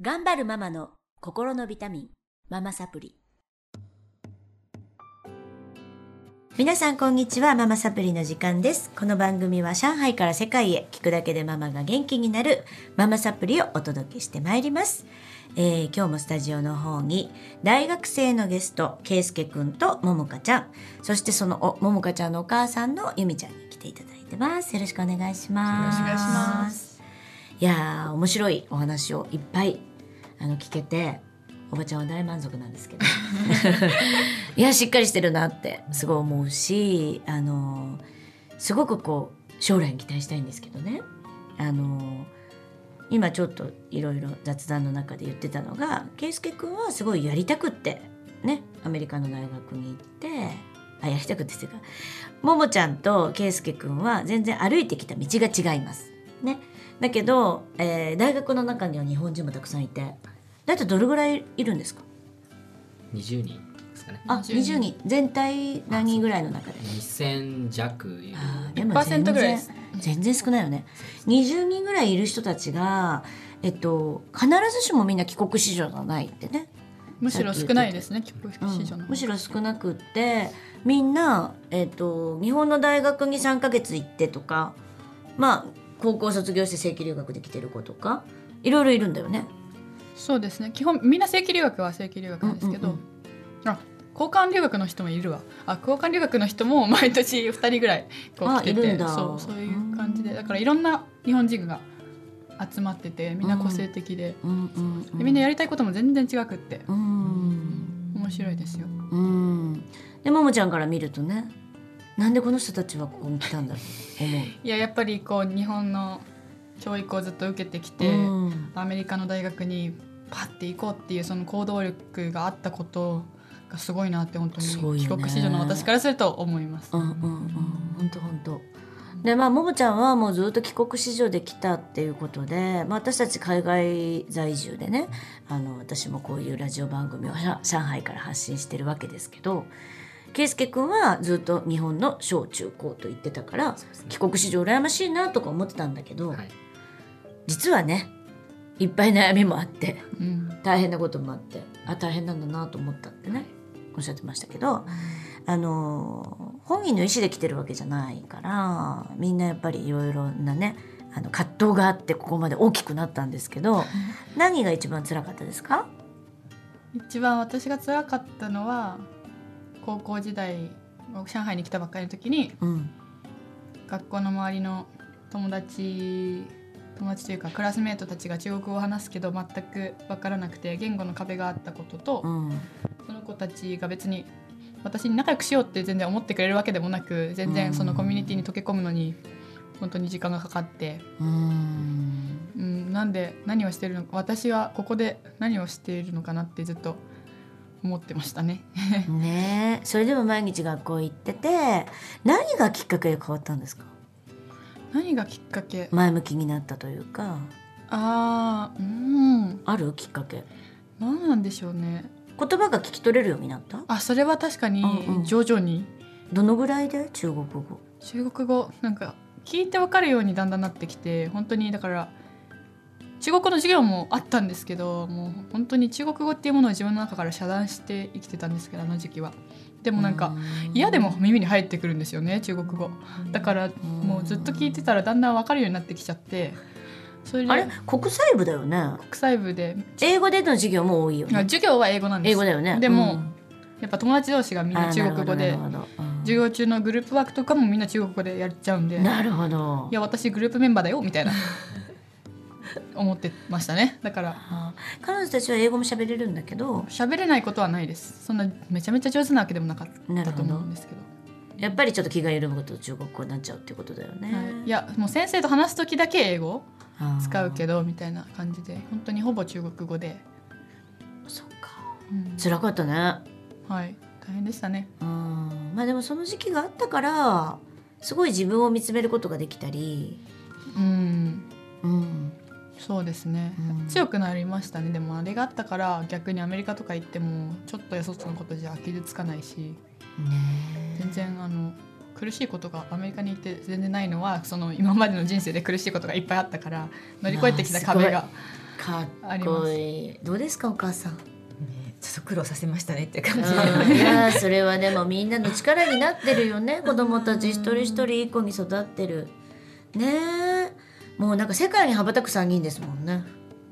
頑張るママの心のビタミン、ママサプリ。皆さんこんにちは。ママサプリの時間です。この番組は上海から世界へ、聞くだけでママが元気になるママサプリをお届けしてまいります。今日もスタジオの方に大学生のゲストケイスケくんとももかちゃん、そしてそのももかちゃんのお母さんのゆみちゃんに来ていただいてます。よろしくお願いします。 よろしくお願いします。 いやー、面白いお話をいっぱい聞けて、おばちゃんは大満足なんですけどいや、しっかりしてるなってすごい思うし、すごくこう将来に期待したいんですけどね。今ちょっといろいろ雑談の中で言ってたのが、ケイスケくんはすごいやりたくってね、アメリカの大学に行って、やりたくってっていうか、ももちゃんとケイスケくんは全然歩いてきた道が違いますね。だけど、大学の中には日本人もたくさんいて、だいたいどれぐらいいるんですか 20人ですかね。 20人。全体何人ぐらいの中で 2000弱いる。 でも 1% ぐらいです。 全然少ないよね。20人ぐらいいる人たちが、必ずしもみんな帰国子女じゃないってね。 むしろ少ないですね、帰国子女の、 むしろ少なくって、みんな、日本の大学に3ヶ月行ってとか、高校卒業して正規留学で来てる子とかいろいろいるんだよね。 そうですね、基本みんな正規留学は正規留学なんですけど、交換留学の人もいるわ。交換留学の人も毎年2人ぐらいこう来ているて、 んだ。 そういう感じで、だからいろんな日本人が集まってて、みんな個性的で、でみんなやりたいことも全然違くって、面白いですよ。 でももちゃんから見るとね、なんでこの人たちはここに来たんだろう思う。 いや、やっぱりこう日本の教育をずっと受けてきて、アメリカの大学にパッて行こうっていうその行動力があったことがすごいなって、本当に帰国子女の私からすると思います。 本当で、ももちゃんはもうずっと帰国子女で来たっていうことで、私たち海外在住でね、私もこういうラジオ番組を上海から発信してるわけですけど、ケイスケくんはずっと日本の小中高と言ってたから、帰国子女羨ましいなとか思ってたんだけど、実はね、いっぱい悩みもあって、大変なこともあって、大変なんだなと思ったってね、おっしゃってましたけど、本人の意思で来てるわけじゃないから、みんなやっぱりいろいろなね、葛藤があってここまで大きくなったんですけど、何が一番辛かったですか？ 一番私が辛かったのは、高校時代上海に来たばっかりの時に、学校の周りの友達というかクラスメートたちが中国語を話すけど全く分からなくて、言語の壁があったことと、その子たちが別に私に仲良くしようって全然思ってくれるわけでもなく、全然そのコミュニティに溶け込むのに本当に時間がかかって、なんで何をしてるのか、私はここで何をしているのかなってずっと思ってましたねねえ、それでも毎日学校行ってて、何がきっかけで変わったんですか？ 何がきっかけ？ 前向きになったというか、あるきっかけ？ 何なんでしょうね。 言葉が聞き取れるようになった？ それは確かに徐々に。 どのぐらいで中国語なんか聞いて分かるようにだんだんなってきて、本当にだから中国語の授業もあったんですけど、もう本当に中国語っていうものを自分の中から遮断して生きてたんですけど、あの時期は。でもなんか嫌でも耳に入ってくるんですよね、中国語だから。もうずっと聞いてたらだんだん分かるようになってきちゃって、それであれ国際部だよね。 国際部で英語での授業も多いよね。 授業は英語なんです。 英語だよね。 でも、やっぱ友達同士がみんな中国語で、授業中のグループワークとかもみんな中国語でやっちゃうんで、 なるほど、 いや私グループメンバーだよみたいな思ってましたね。だから彼女たちは英語も喋れるんだけど、 喋れないことはないです。そんなめちゃめちゃ上手なわけでもなかったと思うんですけど、 やっぱりちょっと気が緩むと中国語になっちゃうっていうことだよね。 いやもう先生と話す時だけ英語使うけどみたいな感じで、本当にほぼ中国語で。 そっか、辛かったね。 はい、大変でしたね。 でもその時期があったからすごい自分を見つめることができたり、 そうですね、強くなりましたね。でもあれがあったから逆にアメリカとか行ってもちょっとやそっとのことじゃ傷つかないし、全然苦しいことがアメリカに行って全然ないのは、その今までの人生で苦しいことがいっぱいあったから乗り越えてきた壁がかっこいい。どうですかお母さん。 ちょっと苦労させましたねって感じ。 いやそれはでもみんなの力になってるよね。子供たち一人一人いい子に育ってるねえ。もうなんか世界に羽ばたく3人ですもんね。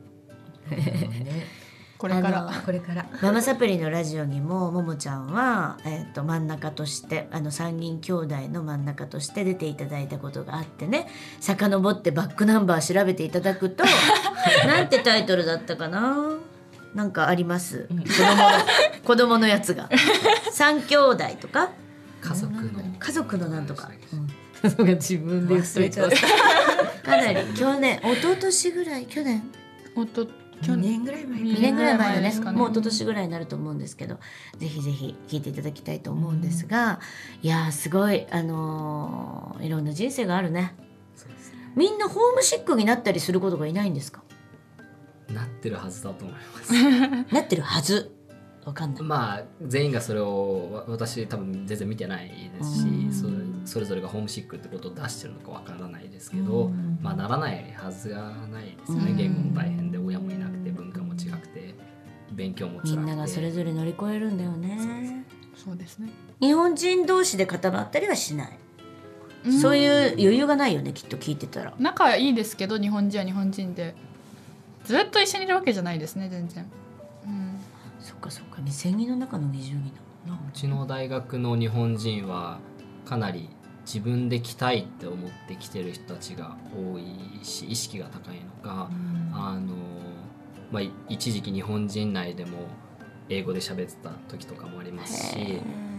これからママサプリのラジオにもももちゃんは、真ん中として3人兄弟の真ん中として出ていただいたことがあってね、遡ってバックナンバー調べていただくとなんてタイトルだったかな、なんかあります、子供のやつが3兄弟とか家族のなんとか、 自分で忘れちゃったかなり去年一昨年ぐらい 2年ぐらい前 2年ぐらい前だねですかね。 もう一昨年ぐらいになると思うんですけど、ぜひぜひ聞いていただきたいと思うんですが、いやーすごいいろんな人生があるね。 そうですね。 みんなホームシックになったりすることがいないんですか？ なってるはずだと思いますなってるはず。わかんない。 まあ全員がそれを私多分全然見てないですし、それぞれがホームシックってことを出してるのかわからないですけど、まあならないはずがないですよね。言語も大変で親もいなくて文化も違くて勉強も辛くて、 みんながそれぞれ乗り越えるんだよね。 そうですね。 日本人同士で固まったりはしない。そういう余裕がないよね、きっと聞いてたら。 仲はいいですけど、日本人は日本人でずっと一緒にいるわけじゃないですね、全然。 そっかそっか、2000人の中の20人だもんな。 うちの大学の日本人はかなり自分で来たいって思って来てる人たちが多いし、意識が高いのか、まあ、一時期日本人内でも英語で喋ってた時とかもありますし、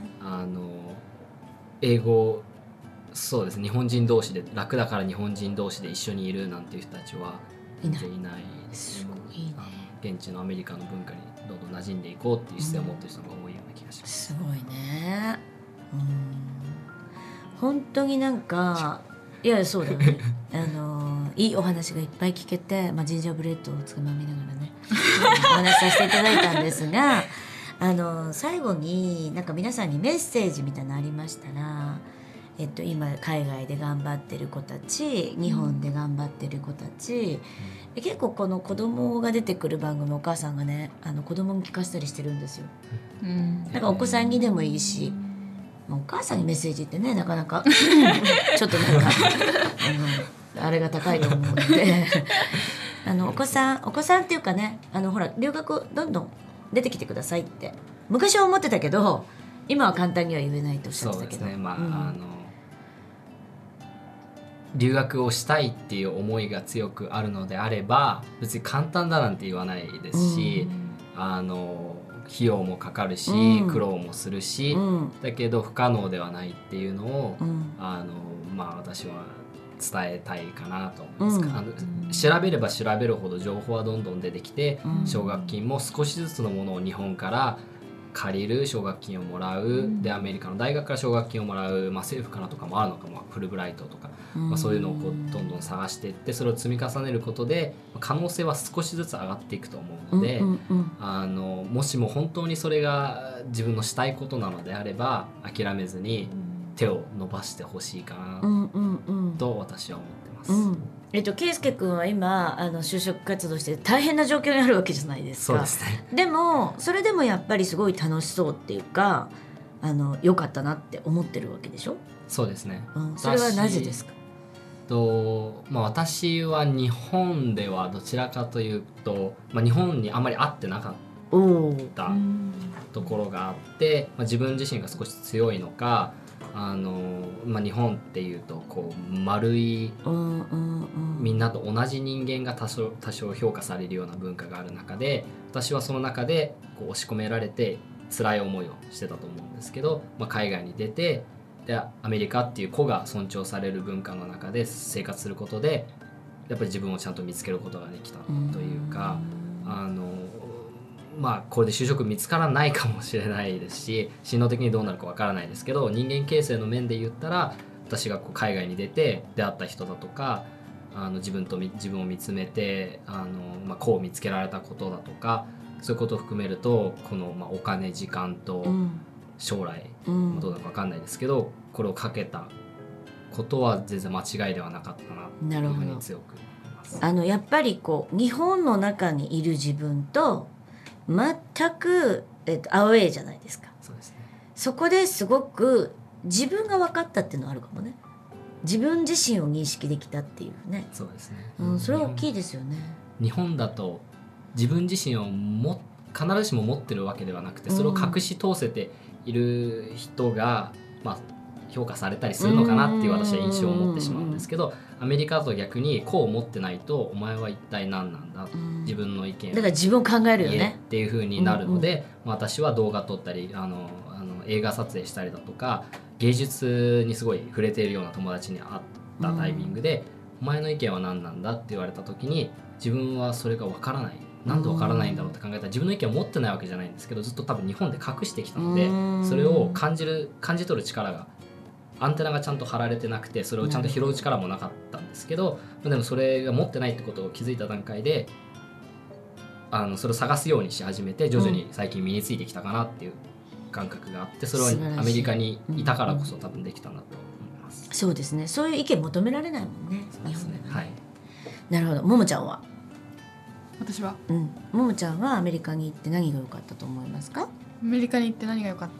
英語そうですね、日本人同士で楽だから日本人同士で一緒にいるなんていう人たちは全然いないですね。 いいね。 現地のアメリカの文化にどんどん馴染んでいこうっていう姿勢を持ってる人が多いような気がします。 すごいね。本当になんかいやそうだよねいいお話がいっぱい聞けて、ジンジャーブレッドをつまみながらねお話しさせていただいたんですが最後になんか皆さんにメッセージみたいなのありましたら、今海外で頑張ってる子たち、日本で頑張ってる子たち、結構この子供が出てくる番組お母さんがね子供に聞かせたりしてるんですよ。なんかお子さんにでもいいし、お母さんにメッセージってねなかなかちょっとなんかあれが高いと思うのでお子さんっていうかねほら留学どんどん出てきてくださいって昔は思ってたけど今は簡単には言えないとおっしゃってたけど。 そうですね、留学をしたいっていう思いが強くあるのであれば別に簡単だなんて言わないですし、費用もかかるし、苦労もするし、だけど不可能ではないっていうのを、私は伝えたいかなと思います。調べれば調べるほど情報はどんどん出てきて、奨学金も少しずつのものを日本から借りる、奨学金をもらう、でアメリカの大学から奨学金をもらう、政府からとかもあるのかも、フルブライトとか、そういうのをこうどんどん探していってそれを積み重ねることで可能性は少しずつ上がっていくと思うので、もしも本当にそれが自分のしたいことなのであれば諦めずに手を伸ばしてほしいかなと私は思ってます。 圭佑君は今就職活動して大変な状況にあるわけじゃないですか。 そうですね。 でもそれでもやっぱりすごい楽しそうっていうか良かったなって思ってるわけでしょ。 そうですね、 それはなぜですか。 私は日本ではどちらかというと、日本にあまり合ってなかったところがあって、自分自身が少し強いのか日本っていうとこう丸い、みんなと同じ人間が多少評価されるような文化がある中で、私はその中でこう押し込められて辛い思いをしてたと思うんですけど、海外に出てでアメリカっていう子が尊重される文化の中で生活することでやっぱり自分をちゃんと見つけることができたというか、これで就職見つからないかもしれないですし進路的にどうなるかわからないですけど、人間形成の面で言ったら私がこう海外に出て出会った人だとか自分を見つめて子を見つけられたことだとか、そういうことを含めるとこのお金時間と将来、どうなるか分かんないですけどこれをかけたことは全然間違いではなかったなというふうに強く思います。 ます。 やっぱりこう日本の中にいる自分と全く、アウェーじゃないですか。 そうですね。 そこですごく自分が分かったっていうのはあるかもね。自分自身を認識できたっていうね。 そうですね、 それは大きいですよね。 日本だと自分自身を必ずしも持ってるわけではなくて、それを隠し通せている人が、評価されたりするのかなっていう私は印象を持ってしまうんですけど、アメリカだと逆にこう思ってないとお前は一体何なんだ、自分の意見だから自分を考えるよねっていう風になるので、私は動画撮ったり映画撮影したりだとか芸術にすごい触れているような友達に会ったタイミングで、お前の意見は何なんだって言われた時に、自分はそれが分からない、なんで分からないんだろうって考えたら、自分の意見を持ってないわけじゃないんですけど、ずっと多分日本で隠してきたので、それを感じ取る力が、アンテナがちゃんと張られてなくて、それをちゃんと拾う力もなかったんですけど、でもそれが持ってないってことを気づいた段階でそれを探すようにし始めて、徐々に最近身についてきたかなっていう感覚があって、それはアメリカにいたからこそ多分できたんだと思います。 そうですね。そういう意見求められないもんね、 日本で、はい。 なるほど。ももちゃんは？ 私は、 ももちゃんはアメリカに行って何が良かったと思いますか？ アメリカに行って何が良かった？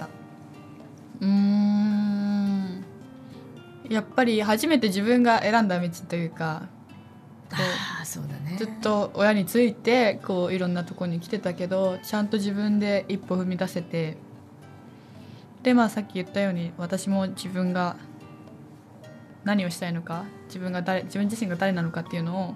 やっぱり初めて自分が選んだ道というか、 そうだね。 ずっと親についてこういろんなところに来てたけど、ちゃんと自分で一歩踏み出せて、でさっき言ったように私も自分が何をしたいのか、自分自身が誰なのかっていうの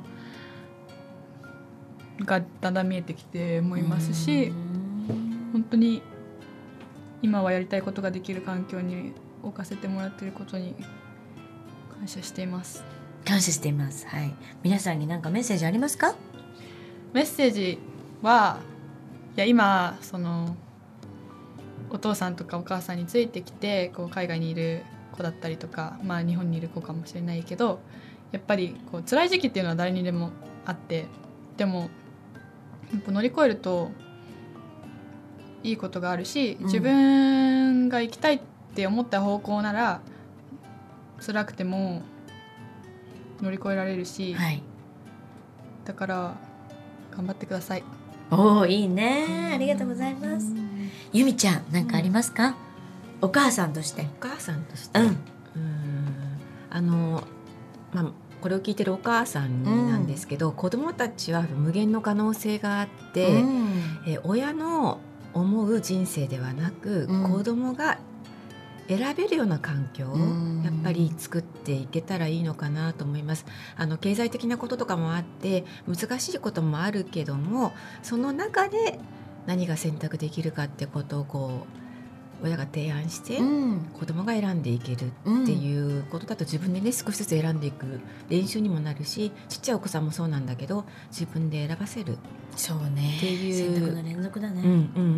がだんだん見えてきて思いますし、本当に今はやりたいことができる環境に置かせてもらっていることに感謝しています。 感謝しています。はい。皆さんに何かメッセージありますか？ メッセージは、今お父さんとかお母さんについてきてこう海外にいる子だったりとか、日本にいる子かもしれないけど、やっぱりこう辛い時期っていうのは誰にでもあって、でもやっぱ乗り越えるといいことがあるし、自分が行きたいって思った方向なら辛くても乗り越えられるし、だから頑張ってください。 いいね。ありがとうございます。ゆみちゃん、何かありますか？お母さんとして。 これを聞いてるお母さんになんですけど、子どもたちは無限の可能性があって、親の思う人生ではなく、子どもが選べるような環境をやっぱり作っていけたらいいのかなと思います。経済的なこととかもあって難しいこともあるけども、その中で何が選択できるかってことを親が提案して、子供が選んでいけるっていうことだと、自分でね少しずつ選んでいく練習にもなるし、ちっちゃいお子さんもそうなんだけど、自分で選ばせるっていう選択の連続だね。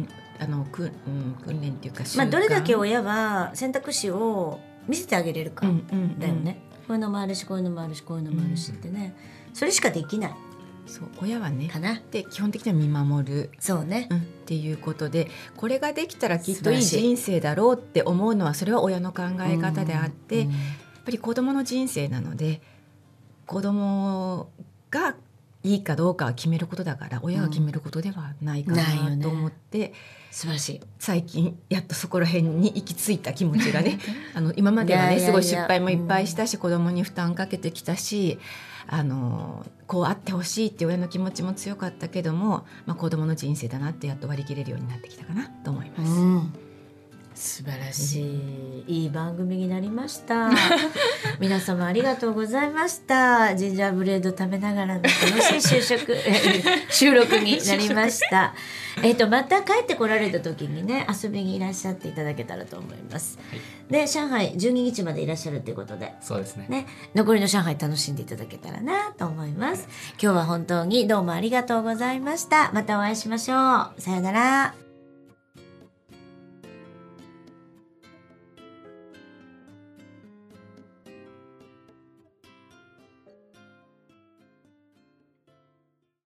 訓練っていうか習慣、 どれだけ親は選択肢を見せてあげれるかだよね。こういうのもあるし、こういうのもあるし、こういうのもあるしってね、それしかできない。 そう親はねかな。 で基本的には見守る、 そうね、 っていうことで、これができたらきっといい人生だろうって思うのは、それは親の考え方であって、やっぱり子どもの人生なので、子どもがいいかどうかは決めることだから、親が決めることではないかなと思って、 素晴らしい。 最近やっとそこら辺に行き着いた気持ちがね今まではねすごい失敗もいっぱいしたし、子どもに負担かけてきたし、こうあってほしいって親の気持ちも強かったけども、子どもの人生だなってやっと割り切れるようになってきたかなと思います。 素晴らしい、いい番組になりました皆様ありがとうございました。ジンジャーブレード食べながらの楽しい収録になりましたまた帰ってこられた時にね、遊びにいらっしゃっていただけたらと思います、で上海12日までいらっしゃるということで、 そうですね、 残りの上海楽しんでいただけたらなと思います。今日は本当にどうもありがとうございました。またお会いしましょう。さよなら。